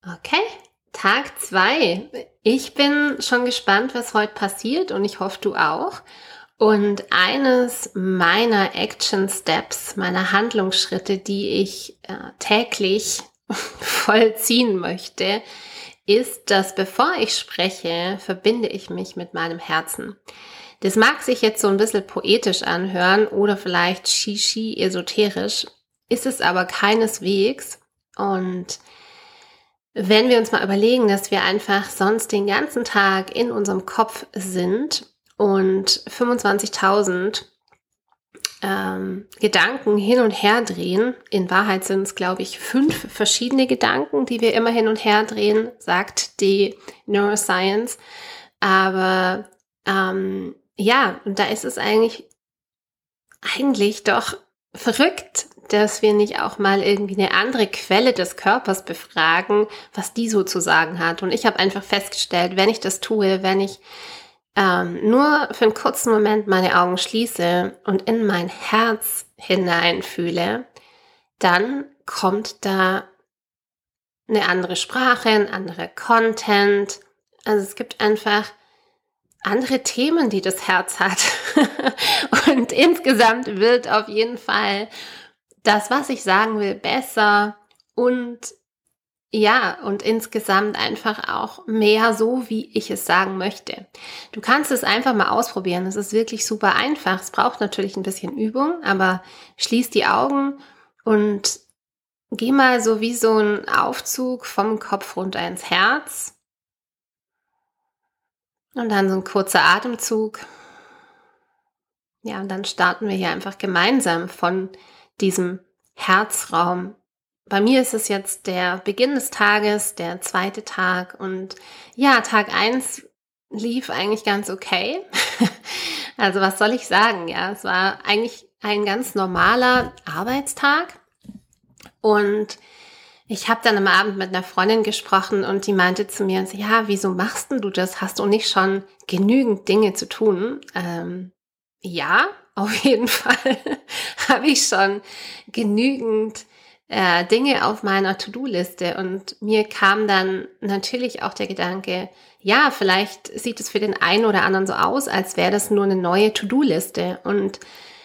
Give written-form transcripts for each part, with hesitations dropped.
Okay, Tag 2. Ich bin schon gespannt, was heute passiert und ich hoffe, du auch. Und eines meiner Action Steps, meiner Handlungsschritte, die ich täglich vollziehen möchte, ist, dass bevor ich spreche, verbinde ich mich mit meinem Herzen. Das mag sich jetzt so ein bisschen poetisch anhören oder vielleicht shishi esoterisch, ist es aber keineswegs. Und wenn wir uns mal überlegen, dass wir einfach sonst den ganzen Tag in unserem Kopf sind und 25.000 Gedanken hin und her drehen, in Wahrheit sind es, glaube ich, 5 verschiedene Gedanken, die wir immer hin und her drehen, sagt die Neuroscience. Aber ja, und da ist es eigentlich doch verrückt, dass wir nicht auch mal irgendwie eine andere Quelle des Körpers befragen, was die so zu sagen hat. Und ich habe einfach festgestellt, wenn ich das tue, wenn ich nur für einen kurzen Moment meine Augen schließe und in mein Herz hineinfühle, dann kommt da eine andere Sprache, ein anderer Content. Also es gibt einfach andere Themen, die das Herz hat. Und insgesamt wird auf jeden Fall das, was ich sagen will, besser und ja, und insgesamt einfach auch mehr so, wie ich es sagen möchte. Du kannst es einfach mal ausprobieren. Es ist wirklich super einfach. Es braucht natürlich ein bisschen Übung, aber schließ die Augen und geh mal so wie so ein Aufzug vom Kopf runter ins Herz. Und dann so ein kurzer Atemzug. Ja, und dann starten wir hier einfach gemeinsam von diesem Herzraum. Bei mir ist es jetzt der Beginn des Tages, der 2. Tag und ja, Tag 1 lief eigentlich ganz okay. Also was soll ich sagen? Ja, es war eigentlich ein ganz normaler Arbeitstag und ich habe dann am Abend mit einer Freundin gesprochen und die meinte zu mir, ja, wieso machst denn du das? Hast du nicht schon genügend Dinge zu tun? Ja, auf jeden Fall habe ich schon genügend Dinge auf meiner To-Do-Liste und mir kam dann natürlich auch der Gedanke, ja, vielleicht sieht es für den einen oder anderen so aus, als wäre das nur eine neue To-Do-Liste und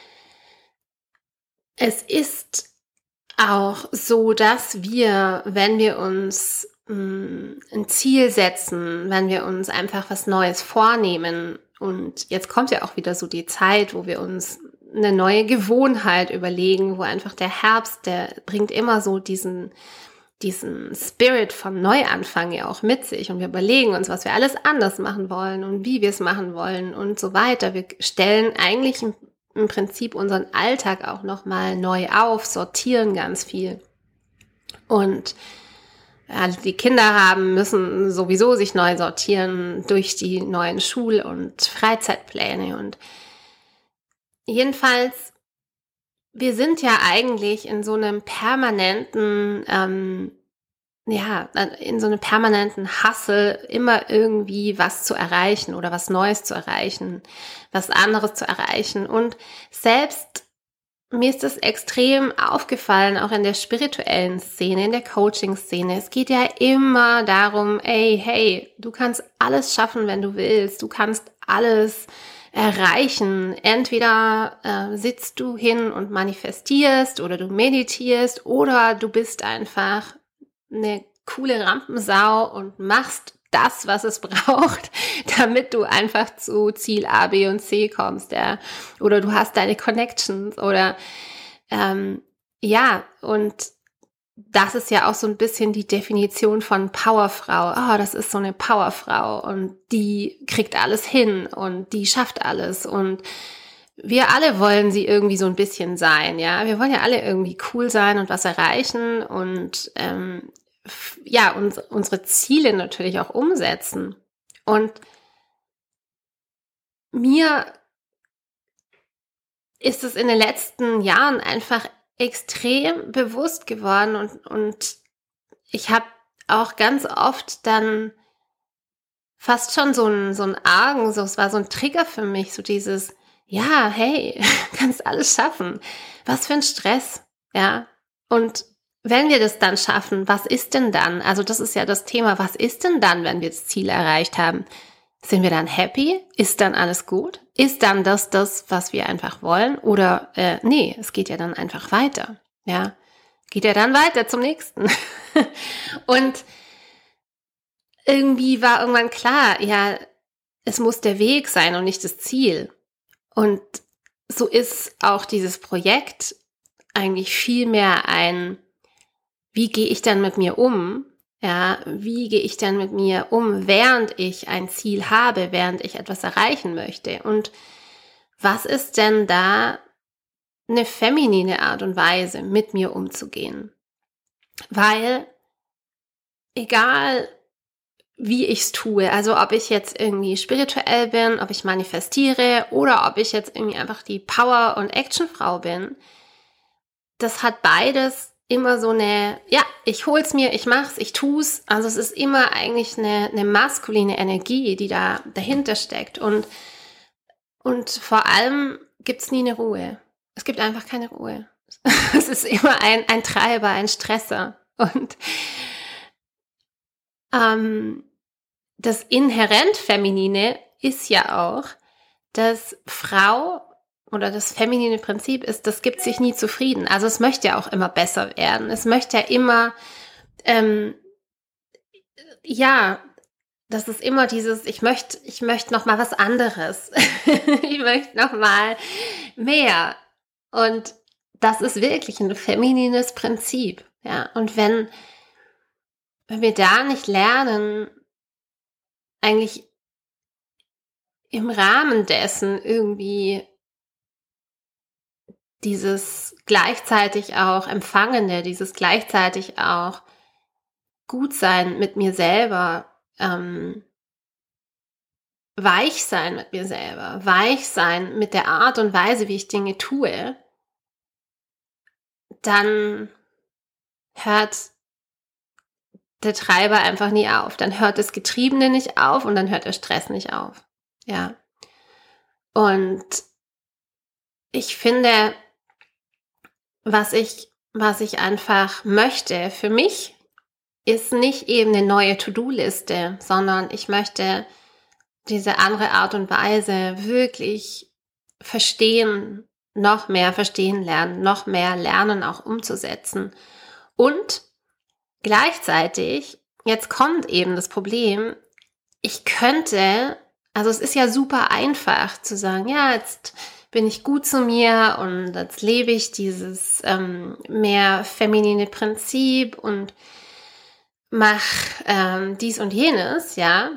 es ist auch so, dass wir, wenn wir uns ein Ziel setzen, wenn wir uns einfach was Neues vornehmen und jetzt kommt ja auch wieder so die Zeit, wo wir uns eine neue Gewohnheit überlegen, wo einfach der Herbst, der bringt immer so diesen Spirit vom Neuanfang ja auch mit sich und wir überlegen uns, was wir alles anders machen wollen und wie wir es machen wollen und so weiter. Wir stellen eigentlich im Prinzip unseren Alltag auch nochmal neu auf, sortieren ganz viel. Und ja, die Kinder müssen sowieso sich neu sortieren durch die neuen Schul- und Freizeitpläne. Und jedenfalls, wir sind ja eigentlich in so einem permanenten in so einem permanenten Hustle immer irgendwie was zu erreichen oder was Neues zu erreichen, was anderes zu erreichen. Und selbst mir ist das extrem aufgefallen, auch in der spirituellen Szene, in der Coaching-Szene. Es geht ja immer darum, hey, du kannst alles schaffen, wenn du willst. Du kannst alles erreichen. Entweder sitzt du hin und manifestierst oder du meditierst oder du bist einfach eine coole Rampensau und machst das, was es braucht, damit du einfach zu Ziel A, B und C kommst, ja. Oder du hast deine Connections oder und das ist ja auch so ein bisschen die Definition von Powerfrau. Oh, das ist so eine Powerfrau und die kriegt alles hin und die schafft alles und wir alle wollen sie irgendwie so ein bisschen sein, ja. Wir wollen ja alle irgendwie cool sein und was erreichen und unsere Ziele natürlich auch umsetzen. Und mir ist es in den letzten Jahren einfach extrem bewusst geworden und ich habe auch ganz oft dann fast schon so ein Argen, es war so ein Trigger für mich, so dieses, ja, hey, kannst alles schaffen. Was für ein Stress, ja. Und wenn wir das dann schaffen, was ist denn dann? Also das ist ja das Thema, was ist denn dann, wenn wir das Ziel erreicht haben? Sind wir dann happy? Ist dann alles gut? Ist dann das, was wir einfach wollen? Oder nee, es geht ja dann einfach weiter. Ja, geht ja dann weiter zum nächsten. Und irgendwie war irgendwann klar, ja, es muss der Weg sein und nicht das Ziel. Und so ist auch dieses Projekt eigentlich viel mehr ein, wie gehe ich dann mit mir um? Ja, wie gehe ich dann mit mir um, während ich ein Ziel habe, während ich etwas erreichen möchte? Und was ist denn da eine feminine Art und Weise, mit mir umzugehen? Weil egal wie ich es tue, also ob ich jetzt irgendwie spirituell bin, ob ich manifestiere oder ob ich jetzt irgendwie einfach die Power- und Actionfrau bin, das hat beides immer so eine, ja, ich hol's mir, ich mach's, ich tu's. Also es ist immer eigentlich eine maskuline Energie, die da dahinter steckt. Und vor allem gibt's nie eine Ruhe. Es gibt einfach keine Ruhe. Es ist immer ein Treiber, ein Stresser. Und das inhärent Feminine ist ja auch, dass Frau oder das feminine Prinzip ist, das gibt sich nie zufrieden. Also es möchte ja auch immer besser werden. Es möchte ja immer, ja, das ist immer dieses, ich möchte noch mal was anderes. Ich möchte noch mal mehr. Und das ist wirklich ein feminines Prinzip. Ja, und wenn wir da nicht lernen, eigentlich im Rahmen dessen irgendwie dieses gleichzeitig auch Empfangende, dieses gleichzeitig auch gut sein mit mir selber, weich sein mit mir selber, weich sein mit der Art und Weise, wie ich Dinge tue, dann hört der Treiber einfach nie auf. Dann hört das Getriebene nicht auf und dann hört der Stress nicht auf. Ja. Und ich finde, was ich einfach möchte für mich, ist nicht eben eine neue To-Do-Liste, sondern ich möchte diese andere Art und Weise wirklich verstehen, noch mehr verstehen lernen, noch mehr lernen auch umzusetzen. Und gleichzeitig, jetzt kommt eben das Problem, ich könnte, also es ist ja super einfach zu sagen, ja, jetzt bin ich gut zu mir und jetzt lebe ich dieses mehr feminine Prinzip und mach dies und jenes, ja.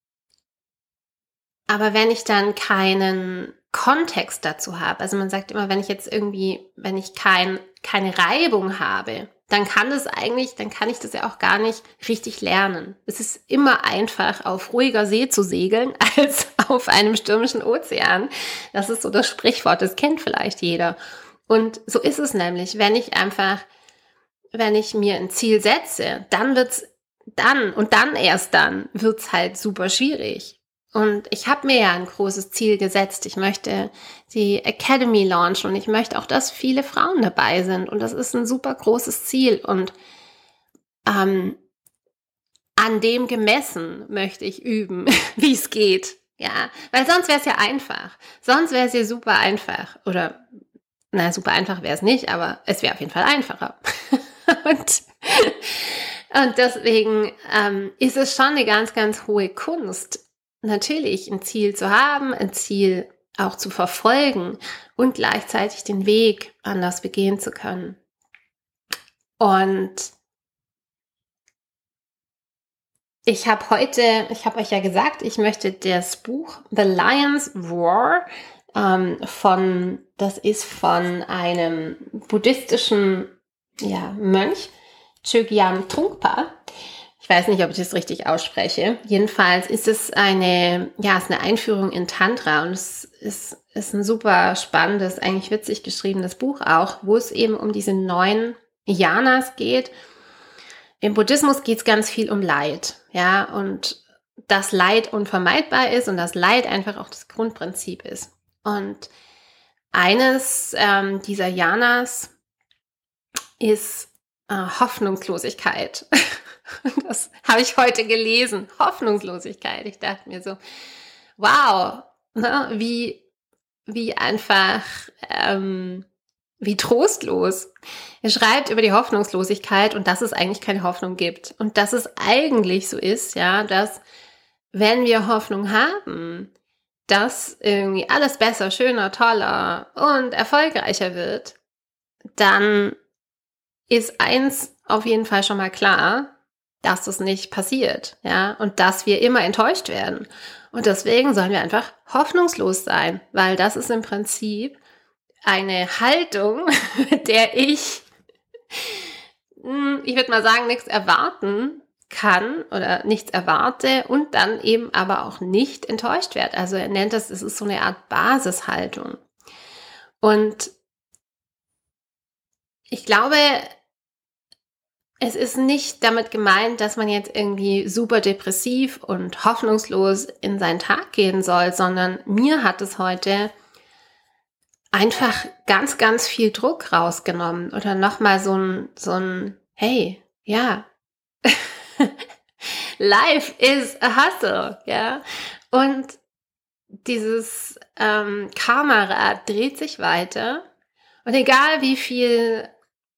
Aber wenn ich dann keinen Kontext dazu habe, also man sagt immer, wenn ich keine Reibung habe, dann kann ich das ja auch gar nicht richtig lernen. Es ist immer einfach, auf ruhiger See zu segeln, als auf einem stürmischen Ozean. Das ist so das Sprichwort, das kennt vielleicht jeder. Und so ist es nämlich, wenn ich mir ein Ziel setze, dann erst dann wird's halt super schwierig. Und ich habe mir ja ein großes Ziel gesetzt. Ich möchte die Academy launchen und ich möchte auch, dass viele Frauen dabei sind. Und das ist ein super großes Ziel. Und an dem gemessen möchte ich üben, wie es geht. Ja, weil sonst wäre es ja einfach. Sonst wäre es ja super einfach. Oder, super einfach wäre es nicht, aber es wäre auf jeden Fall einfacher. Und deswegen ist es schon eine ganz, ganz hohe Kunst, natürlich ein Ziel zu haben, ein Ziel auch zu verfolgen und gleichzeitig den Weg anders begehen zu können. Und ich habe euch ja gesagt, ich möchte das Buch The Lion's Roar das ist von einem buddhistischen Mönch, Chögyam Trungpa. Ich weiß nicht, ob ich das richtig ausspreche. Jedenfalls ist es eine Einführung in Tantra und es ist ein super spannendes, eigentlich witzig geschriebenes Buch auch, wo es eben um diese 9 Yanas geht. Im Buddhismus geht es ganz viel um Leid, ja, und dass Leid unvermeidbar ist und dass Leid einfach auch das Grundprinzip ist. Und eines dieser Yanas ist Hoffnungslosigkeit. Das habe ich heute gelesen. Hoffnungslosigkeit. Ich dachte mir so, wow, ne, wie einfach, wie trostlos. Er schreibt über die Hoffnungslosigkeit und dass es eigentlich keine Hoffnung gibt. Und dass es eigentlich so ist, ja, dass wenn wir Hoffnung haben, dass irgendwie alles besser, schöner, toller und erfolgreicher wird, dann ist eins auf jeden Fall schon mal klar, dass das nicht passiert, ja, und dass wir immer enttäuscht werden. Und deswegen sollen wir einfach hoffnungslos sein, weil das ist im Prinzip eine Haltung, mit der ich würde mal sagen, nichts erwarten kann oder nichts erwarte und dann eben aber auch nicht enttäuscht werde. Also er nennt das, es ist so eine Art Basishaltung. Und ich glaube, es ist nicht damit gemeint, dass man jetzt irgendwie super depressiv und hoffnungslos in seinen Tag gehen soll, sondern mir hat es heute einfach ganz, ganz viel Druck rausgenommen oder nochmal so ein, hey, ja, life is a hustle, ja, und dieses Karma-Rad dreht sich weiter und egal wie viel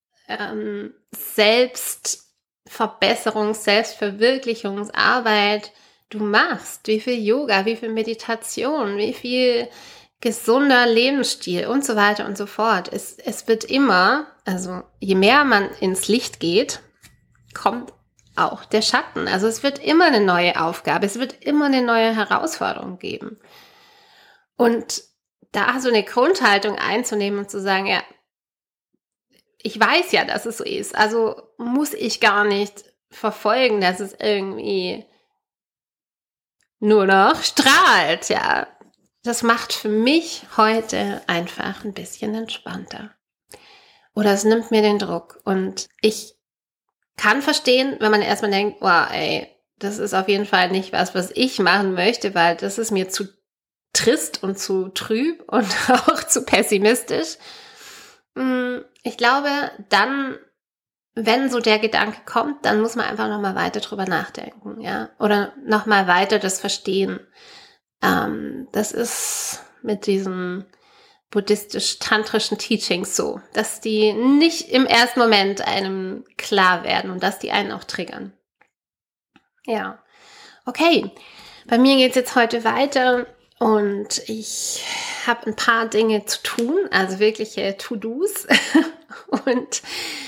Selbstverwirklichungsarbeit du machst, wie viel Yoga, wie viel Meditation, wie viel gesunder Lebensstil und so weiter und so fort. Es wird immer, also je mehr man ins Licht geht, kommt auch der Schatten. Also es wird immer eine neue Aufgabe, es wird immer eine neue Herausforderung geben. Und da so eine Grundhaltung einzunehmen und zu sagen, ja, ich weiß ja, dass es so ist, also muss ich gar nicht verfolgen, dass es irgendwie nur noch strahlt, ja. Das macht für mich heute einfach ein bisschen entspannter. Oder es nimmt mir den Druck. Und ich kann verstehen, wenn man erstmal denkt, wow, ey, das ist auf jeden Fall nicht was ich machen möchte, weil das ist mir zu trist und zu trüb und auch zu pessimistisch. Ich glaube, dann, wenn so der Gedanke kommt, dann muss man einfach nochmal weiter drüber nachdenken, ja, oder nochmal weiter das verstehen. Das ist mit diesen buddhistisch-tantrischen Teachings so, dass die nicht im ersten Moment einem klar werden und dass die einen auch triggern. Ja, okay. Bei mir geht's jetzt heute weiter und ich habe ein paar Dinge zu tun, also wirkliche To-Dos. Und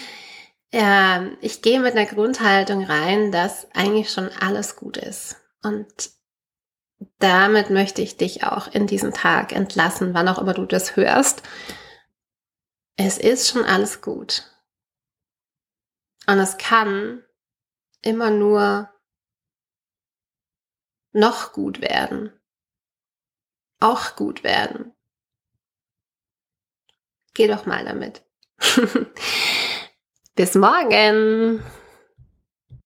ich gehe mit einer Grundhaltung rein, dass eigentlich schon alles gut ist. Und damit möchte ich dich auch in diesen Tag entlassen, wann auch immer du das hörst. Es ist schon alles gut. Und es kann immer nur noch gut werden. Auch gut werden. Geh doch mal damit. Bis morgen!